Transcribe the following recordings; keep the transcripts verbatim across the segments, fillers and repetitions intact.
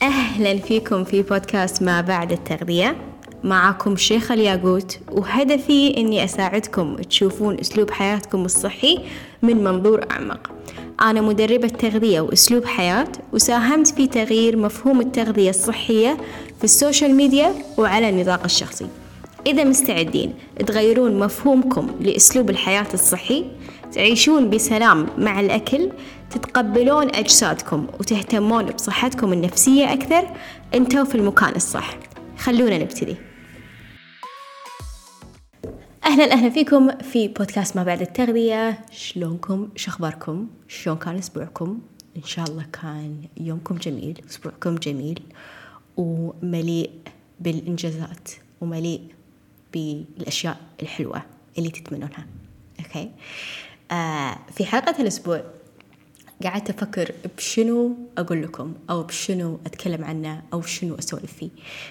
أهلا فيكم في بودكاست ما بعد التغذية. معكم شيخة الياقوت، وهدفي أني أساعدكم تشوفون أسلوب حياتكم الصحي من منظور أعمق. أنا مدربة تغذية وأسلوب حياة، وساهمت في تغيير مفهوم التغذية الصحية في السوشيال ميديا وعلى النطاق الشخصي. إذا مستعدين تغيرون مفهومكم لأسلوب الحياة الصحي، تعيشون بسلام مع الأكل، تتقبلون أجسادكم وتهتمون بصحتكم النفسية أكثر، أنتوا في المكان الصح. خلونا نبتدي. أهلا أهلا فيكم في بودكاست ما بعد التغذية. شلونكم؟ شخباركم؟ شلون كان أسبوعكم؟ إن شاء الله كان يومكم جميل، أسبوعكم جميل ومليء بالإنجازات ومليء بالأشياء الحلوة اللي تتمنونها. أوكي. آه في حلقة الأسبوع قاعدة أفكر بشنو أقول لكم أو بشنو أتكلم عنه أو شنو أسولف فيه.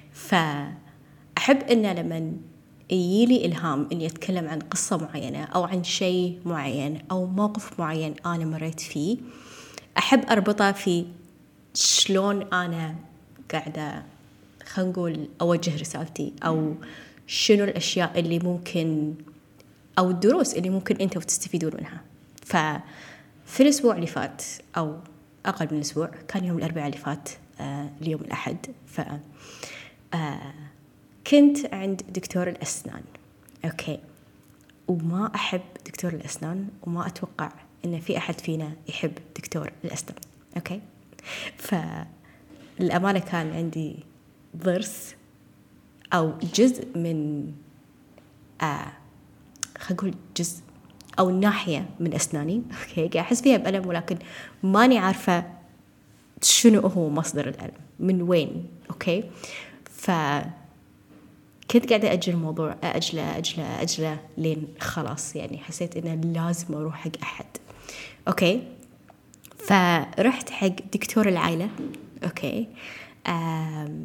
فأحب إن لما يجيلي إلهام إني أتكلم عن قصة معينة أو عن شيء معين أو موقف معين أنا مريت فيه، أحب أربطه في شلون أنا قاعدة خلينا نقول أوجه رسالتي، أو شنو الأشياء اللي ممكن أو الدروس اللي ممكن أنتوا تستفيدون منها. ففي الأسبوع اللي فات أو أقل من الأسبوع، كان يوم الأربعاء اللي فات آه اليوم الأحد، ف آه كنت عند دكتور الأسنان. أوكي. وما أحب دكتور الأسنان، وما أتوقع إن في أحد فينا يحب دكتور الأسنان. أوكي. فالأمانة كان عندي ضرس أو جزء من آه خلينا نقول جزء أو ناحية من أسناني. أوكي. قاعد أحس فيها بألم، ولكن ماني عارفة شنو هو مصدر الألم، من وين. أوكي. فكنت قاعدة أجل الموضوع، أجله أجله أجله لين خلاص يعني حسيت إنه لازم أروح حق أحد. أوكي. فرحت حق دكتور العائلة. أوكي. أم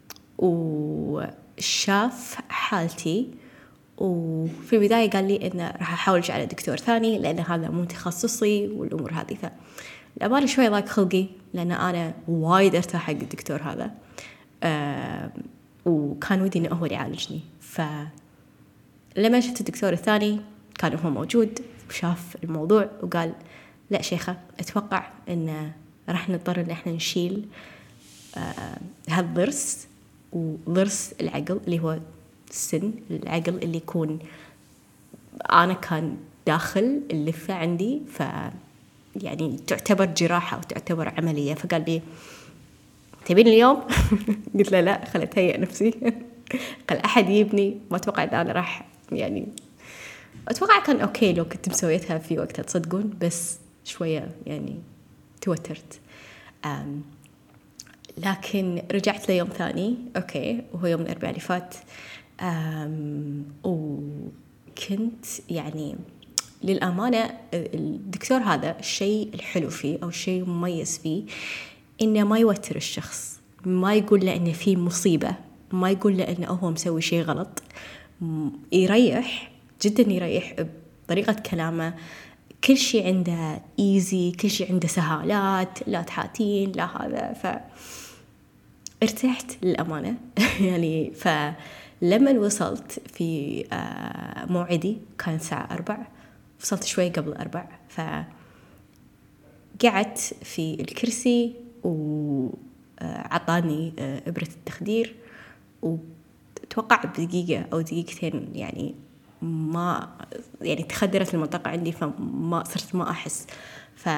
وشاف حالتي، وفي البداية قال لي إنه راح أحاول على دكتور ثاني لأن هذا مو تخصصي والأمور هذه. فالأمانة شوي ضاق خلقي، لأن أنا وايد أرتاح حق الدكتور هذا، أه وكان ودي إنه هو يعالجني. فلما شفت الدكتور الثاني كان هو موجود وشاف الموضوع وقال لا شيخة، أتوقع إنه راح نضطر إن إحنا نشيل أه هالضرس وضرس العقل اللي هو السن العقل اللي يكون أنا كان داخل اللثة عندي، ف يعني تعتبر جراحة وتعتبر عملية. فقال لي تبين اليوم؟ قلت له لا، خلت أتهيأ نفسي. قال أحد يبني، ما أتوقع إن أنا راح يعني أتوقع كان أوكي لو كنت مسويتها في وقتها، تصدقون، بس شوية يعني توترت. أم لكن رجعت ليوم ثاني. أوكي. وهو يوم الأربعاء اللي فات. أم وكنت يعني للأمانة الدكتور هذا الشيء الحلو فيه أو الشيء مميز فيه إنه ما يوتر الشخص، ما يقول له إنه فيه مصيبة، ما يقول له إنه هو مسوي شيء غلط. يريح جدا، يريح بطريقة كلامه. كل شيء عنده إيزي، كل شيء عنده سهالات، لا تحاتين لا هذا. فارتحت للأمانة. يعني فلما وصلت في موعدي كان الساعة أربع، وصلت شوي قبل أربع، فقعدت في الكرسي وعطاني إبرة التخدير، وتوقع بدقيقة أو دقيقتين يعني ما يعني تخدرت المنطقة عندي، فما صرت ما أحس. ف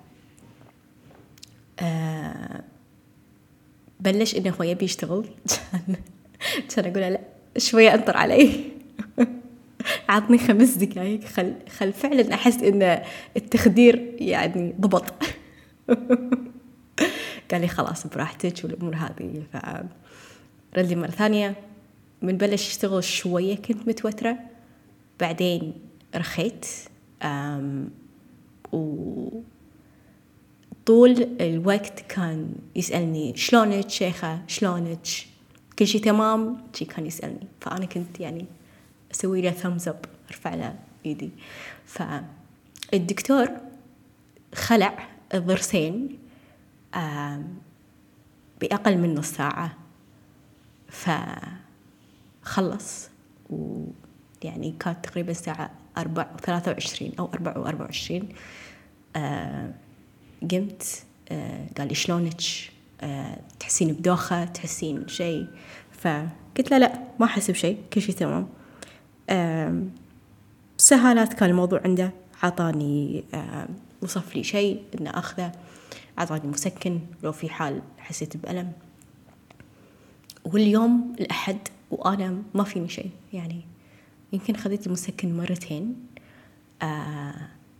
آه بلش إنه هو يبي يشتغل. كان أقول لا شوية أنطر علي. عطني خمس دقايق، خل خل فعلا أحس إن التخدير يعني ضبط. قال لي خلاص براحتك والأمور هذه. فرد لي مرة ثانية. من بلش يشتغل شوية كنت متوترة، بعدين رخيت. أم وطول الوقت كان يسألني شلونك شيخة، شلونك، كل شيء تمام، شي كان يسألني. فأنا كنت يعني أسوي له thumbs up، أرفع له إيدي. فالدكتور خلع الضرسين بأقل من نص ساعة. فخلص، ويعني كانت تقريبا الساعة أربعة وثلاثة وعشرين أو أربعة وأربعة وعشرين. آه قمت، آه قال لي شلونك؟ آه تحسين بدوخة؟ تحسين شيء؟ فقلت له لا، ما أحس بشيء، كل شيء تمام. آه سهالات كان الموضوع عنده. عطاني آه وصف لي شيء إنه أخذه، عطاني مسكن لو في حال حسيت بألم. واليوم الأحد وأنا ما فيني شيء، يعني يمكن خذيت المسكن مرتين. آه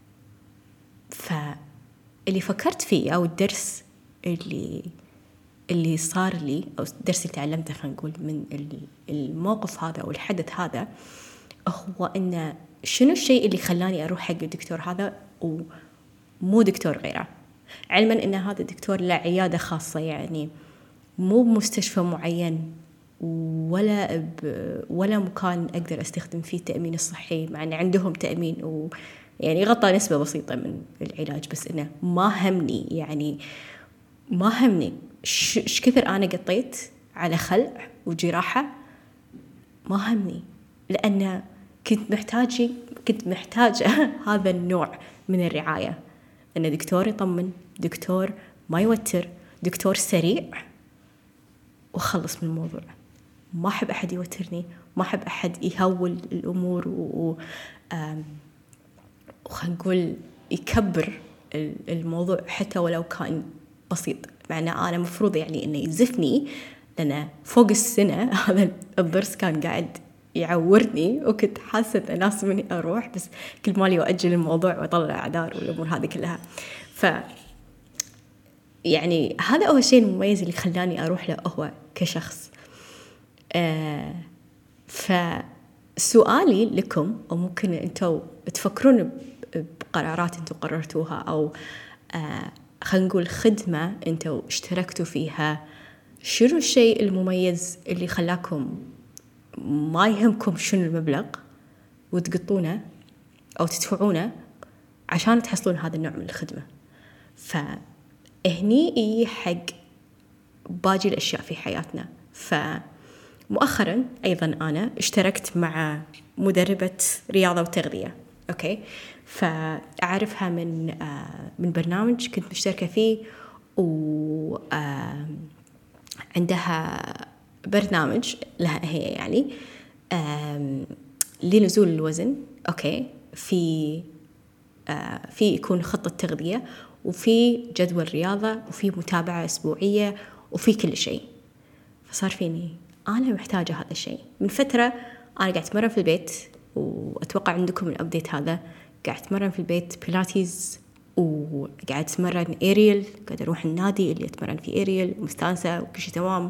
فاللي فكرت فيه أو الدرس اللي اللي صار لي أو الدرس اللي تعلمته خلينا نقول من الموقف هذا أو الحدث هذا، هو إنه شنو الشيء اللي خلاني أروح حق الدكتور هذا ومو دكتور غيره، علما إن هذا الدكتور له عيادة خاصة، يعني مو بمستشفى معين ولا ب ولا مكان أقدر أستخدم فيه التأمين الصحي، مع أن عندهم تأمين ويعني يغطى نسبة بسيطة من العلاج، بس إنه ما همني، يعني ما همني إيش كثر أنا قطيت على خلع وجراحة، ما همني، لأن كنت محتاجة كنت محتاجة هذا النوع من الرعاية، إن دكتور يطمن، دكتور ما يوتر، دكتور سريع وخلص من الموضوع. ما أحب أحد يوترني، ما أحب أحد يهول الأمور و وخلينا نقول يكبر الموضوع حتى ولو كان بسيط، مع أن أنا مفروض يعني إنه يزفني، لأن فوق السنة هذا الضرس كان قاعد يعورني، وكنت حاسة أن ناس مني أروح، بس كل مالي وأجل الموضوع وأطلع أعذار والأمور هذه كلها. ف يعني هذا هو الشيء المميز اللي خلاني أروح له هو كشخص. آه فسؤالي لكم، أو ممكن أنتوا تفكرون بقرارات أنتوا قررتوها، أو آه خلينا نقول خدمة أنتوا اشتركتوا فيها، شنو الشيء المميز اللي خلاكم ما يهمكم شنو المبلغ وتقطونه أو تدفعونه عشان تحصلون هذا النوع من الخدمة؟ فهني إيه حق باقي الأشياء في حياتنا. فمؤخرا أيضا أنا اشتركت مع مدربة رياضة وتغذية، أوكي، فأعرفها من آه من برنامج كنت مشتركة فيه، وعندها برنامج لها هي يعني لنزول الوزن، أوكي، في آه في يكون خطة تغذية، وفي جدول رياضة، وفي متابعة أسبوعية، وفي كل شيء. فصار فيني أنا محتاجة هذا الشيء. من فترة أنا قاعدة أتمرن في البيت، وأتوقع عندكم الأبديت هذا، قاعدة أتمرن في البيت بيلاتيز، وقاعدة أتمرن إيريل، قاعدة أروح النادي اللي أتمرن فيه إيريل، مستانسة وكل شيء تمام.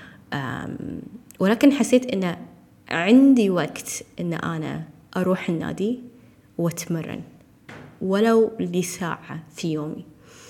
ولكن حسيت إن عندي وقت إن أنا أروح النادي وأتمرن ولو لساعة في يومي.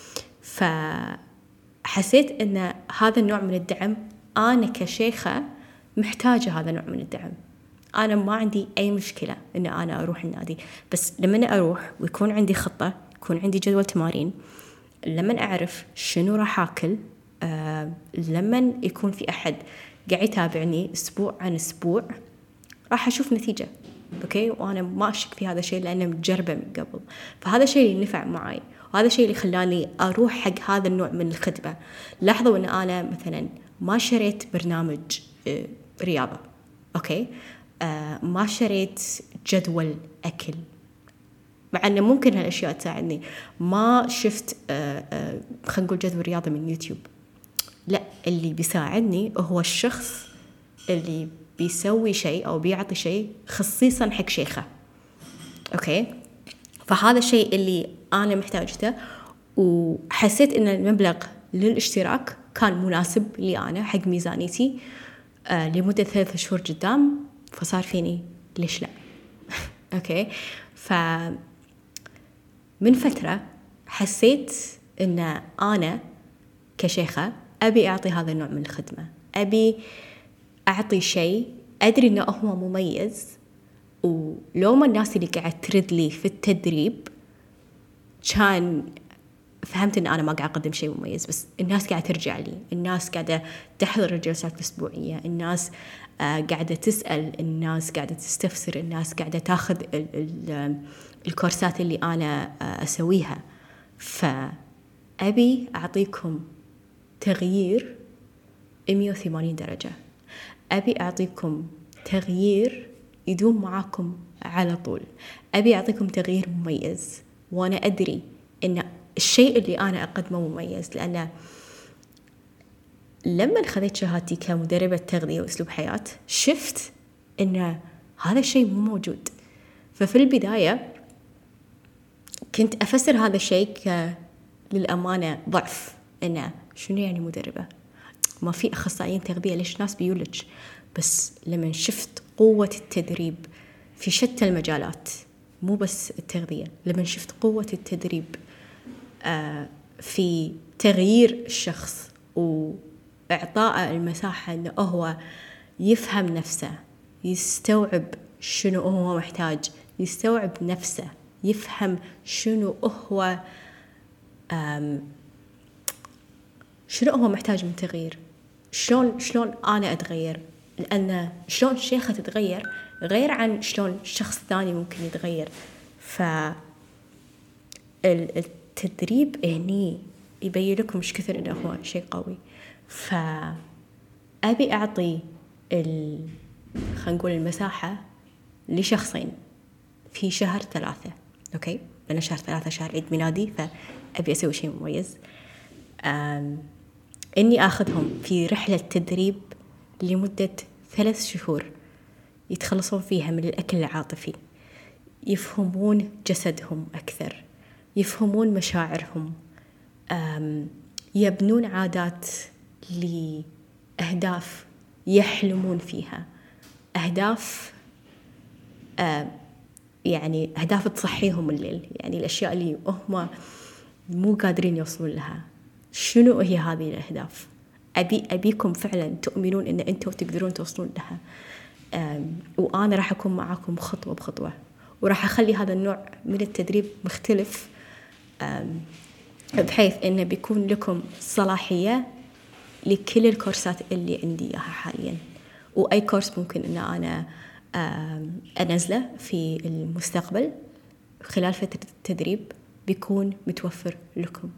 فحسيت إن هذا النوع من الدعم، أنا كشيخة محتاجة هذا النوع من الدعم. أنا ما عندي أي مشكلة إن أنا أروح النادي، بس لما أروح ويكون عندي خطة، يكون عندي جدول تمارين، لما أعرف شنو راح أكل، آه لما يكون في أحد قاعد يتابعني أسبوع عن أسبوع، راح أشوف نتيجة، أوكي، وأنا ما أشك في هذا الشيء لأنه متجربة من قبل. فهذا الشيء اللي نفع معي، وهذا الشيء اللي خلاني أروح حق هذا النوع من الخدمة. لاحظوا أن أنا مثلا ما شريت برنامج آه رياضة، أوكي، آه ما شريت جدول أكل، مع أنه ممكن هالأشياء تساعدني. ما شفت آه آه خلينا نقول جدول رياضة من يوتيوب، لا، اللي بيساعدني هو الشخص اللي بيسوي شيء أو بيعطي شيء خصيصا حق شيخة، أوكي. فهذا الشيء اللي أنا محتاجته، وحسيت إن المبلغ للاشتراك كان مناسب لي أنا حق ميزانيتي آه لمدة ثلاثة شهور قدام. فصار فيني ليش لا أوكي. فمن فترة حسيت إن أنا كشيخة أبي أعطي هذا النوع من الخدمة، أبي أعطي شيء أدري إنه هو مميز، ولو ما الناس اللي قاعد ترد لي في التدريب كان فهمت إن أنا ما قاعد أقدم شيء مميز، بس الناس قاعدة ترجع لي، الناس قاعدة تحضر الجلسات الأسبوعية، الناس آه قاعدة تسأل، الناس قاعدة تستفسر، الناس قاعدة تاخذ ال ال الكورسات اللي أنا آه أسويها. فأبي أعطيكم تغيير مية وثمانين درجة، أبي أعطيكم تغيير يدوم معاكم على طول، أبي أعطيكم تغيير مميز. وأنا أدري إن الشيء اللي أنا أقدمه مميز، لأن لما خذيت شهادتي كمدربة تغذية وأسلوب حياة شفت إن هذا الشيء مو موجود. ففي البداية كنت أفسر هذا الشيء للأمانة ضعف، إنه شنو يعني مدربة؟ ما في أخصائيين تغذية، ليش ناس بيولج؟ بس لما شفت قوة التدريب في شتى المجالات، مو بس التغذية، لما شفت قوة التدريب آه في تغيير الشخص وإعطاء المساحة إنه هو يفهم نفسه، يستوعب شنو هو محتاج، يستوعب نفسه، يفهم شنو هو شنو هو محتاج من تغيير، شلون شلون أنا أتغير، لأن شلون شيخة تتغير غير عن شلون شخص ثاني ممكن يتغير. فالتدريب هني يبين لكم إيش كثر إنه هو شيء قوي. فأبي أعطي ال... خلينا نقول المساحة لشخصين في شهر ثلاثة، أوكي؟ لأن شهر ثلاثة شهر عيد ميلادي، فأبي أسوي شيء مميز، إني أخذهم في رحلة تدريب لمدة ثلاث شهور يتخلصون فيها من الأكل العاطفي، يفهمون جسدهم أكثر، يفهمون مشاعرهم، يبنون عادات لأهداف يحلمون فيها، أهداف يعني أهداف تصحيهم الليل، يعني الأشياء اللي هم مو قادرين يوصلون لها. شنو هي هذه الأهداف؟ أبي أبيكم فعلا تؤمنون إن أنتوا تقدرون توصلون لها، وأنا راح أكون معاكم خطوة بخطوة، وراح أخلي هذا النوع من التدريب مختلف، بحيث إنه بيكون لكم صلاحية لكل الكورسات اللي عندي إياها حاليا، وأي كورس ممكن إن أنا أنزله في المستقبل خلال فترة التدريب بيكون متوفر لكم.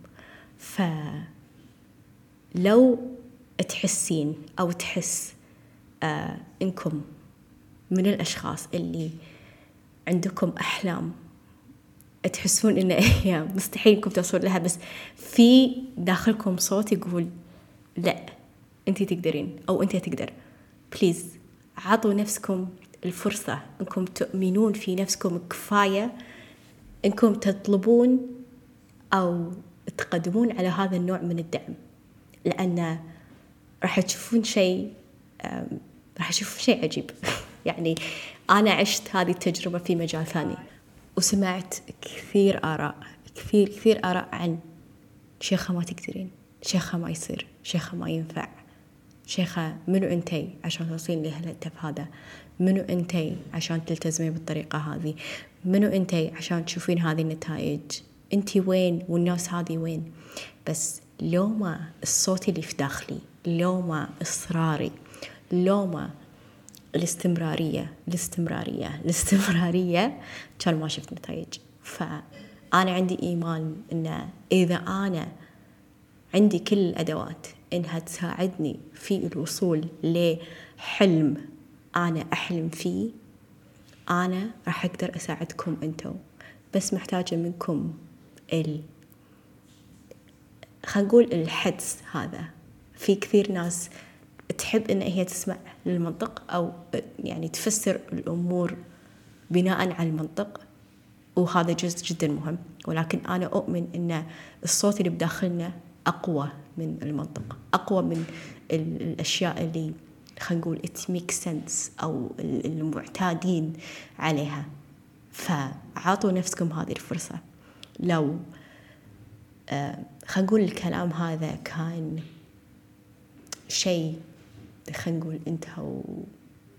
فلو تحسين أو تحس آه إنكم من الأشخاص اللي عندكم أحلام تحسون إن هي مستحيل إنكم توصلوا لها، بس في داخلكم صوت يقول لا أنتي تقدرين أو أنتي تقدر، بليز عطوا نفسكم الفرصة إنكم تؤمنون في نفسكم كفاية إنكم تطلبون أو تقدمون على هذا النوع من الدعم، لأن راح تشوفون شيء راح تشوفون شيء عجيب. يعني أنا عشت هذه التجربة في مجال ثاني، وسمعت كثير آراء كثير كثير آراء عن شيخة ما تقدرين، شيخة ما يصير، شيخة ما ينفع، شيخة منو أنتي عشان توصلين لهالهدف هذا، منو أنتي عشان تلتزمين بالطريقة هذه، منو أنتي عشان تشوفين هذه النتائج، أنتي وين والناس هذه وين. بس لو ما الصوت اللي في داخلي، لو ما إصراري، لو ما الاستمرارية الاستمرارية الاستمرارية كان ما شفت نتائج. فأنا عندي إيمان إن إذا أنا عندي كل الأدوات إنها تساعدني في الوصول لحلم أنا أحلم فيه، أنا راح أقدر أساعدكم أنتم. بس محتاجة منكم ال خلينا نقول الحدس هذا. في كثير ناس تحب إن هي تسمع للمنطق أو يعني تفسر الأمور بناء على المنطق، وهذا جزء جدا مهم، ولكن أنا أؤمن إن الصوت اللي بداخلنا أقوى من المنطق، أقوى من الأشياء اللي خلينا نقول it makes sense أو المعتادين عليها. فعطوا نفسكم هذه الفرصة. لو آه خلينا نقول الكلام هذا كان شيء خلينا نقول أنتوا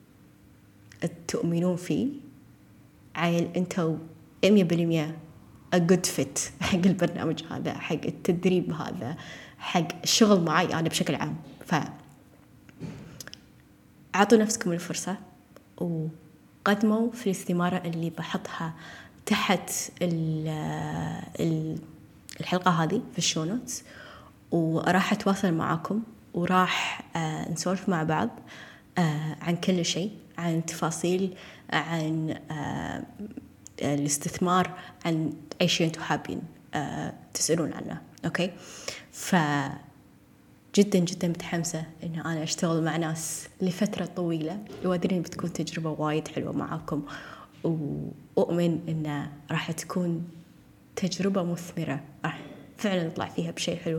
تؤمنون فيه، عيل أنتوا مية بالمية a good fit حق البرنامج هذا، حق التدريب هذا، حق الشغل معي أنا بشكل عام. ف أعطوا نفسكم الفرصة وقدموا في الاستمارة اللي بحطها تحت الحلقة هذه في الشو نوتس، وراح أتواصل معاكم وراح آه نسولف مع بعض آه عن كل شيء، عن تفاصيل، عن آه الاستثمار، عن أي شيء أنتم حابين آه تسألون عنه. أوكي، فجدا جدا متحمسة إن أنا أشتغل مع ناس لفترة طويلة، وأدري إن بتكون تجربة وايد حلوة معاكم، وأؤمن إن راح تكون تجربة مثمرة، راح فعلا نطلع فيها بشيء حلو.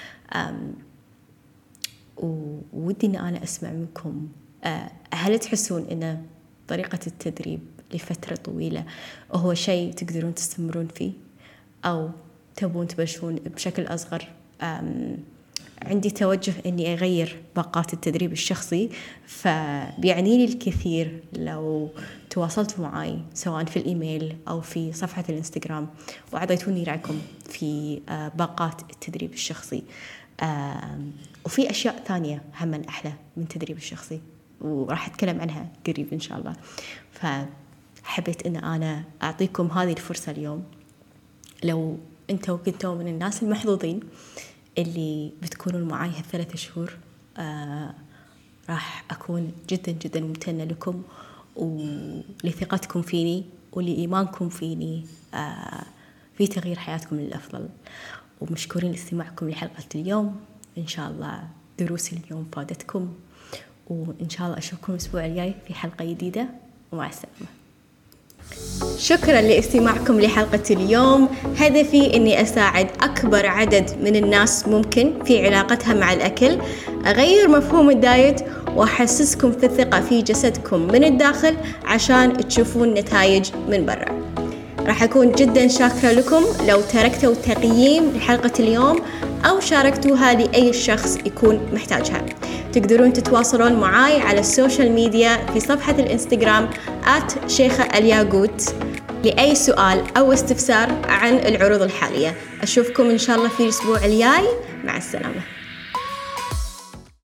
وودي إن أنا أسمع منكم، هل تحسون إن طريقة التدريب لفترة طويلة هو شيء تقدرون تستمرون فيه، أو تبون تبلشون بشكل أصغر؟ عندي توجه إني أغير باقات التدريب الشخصي، فبيعني لي الكثير لو تواصلتوا معي سواء في الإيميل أو في صفحة الإنستغرام وعطيتوني رأيكم في باقات التدريب الشخصي. وفي أشياء ثانية هم أحلى من التدريب الشخصي، وراح أتكلم عنها قريب إن شاء الله. فحبيت إن أنا أعطيكم هذه الفرصة اليوم. لو أنتوا كنتوا من الناس المحظوظين اللي بتكونون معي هالثلاثة شهور، آه راح أكون جدا جدا ممتنة لكم ولثقتكم فيني ولإيمانكم فيني آه في تغيير حياتكم للأفضل. ومشكورين لاستماعكم لحلقة اليوم. إن شاء الله دروس اليوم فادتكم، وإن شاء الله أشوفكم الأسبوع الجاي في حلقة جديدة، ومع السلامة. شكرا لاستماعكم لحلقة اليوم. هدفي أني أساعد أكبر عدد من الناس ممكن في علاقتها مع الأكل، أغير مفهوم الدايت، وأحسسكم في الثقة في جسدكم من الداخل عشان تشوفون نتائج من برا. راح أكون جدا شاكرة لكم لو تركتوا تقييم لحلقة اليوم أو شاركتوها لأي شخص يكون محتاجها. تقدرون تتواصلون معاي على السوشيال ميديا في صفحة الإنستغرام آت شيخة الياقوت لأي سؤال أو استفسار عن العروض الحالية. أشوفكم إن شاء الله في الأسبوع الجاي. مع السلامة.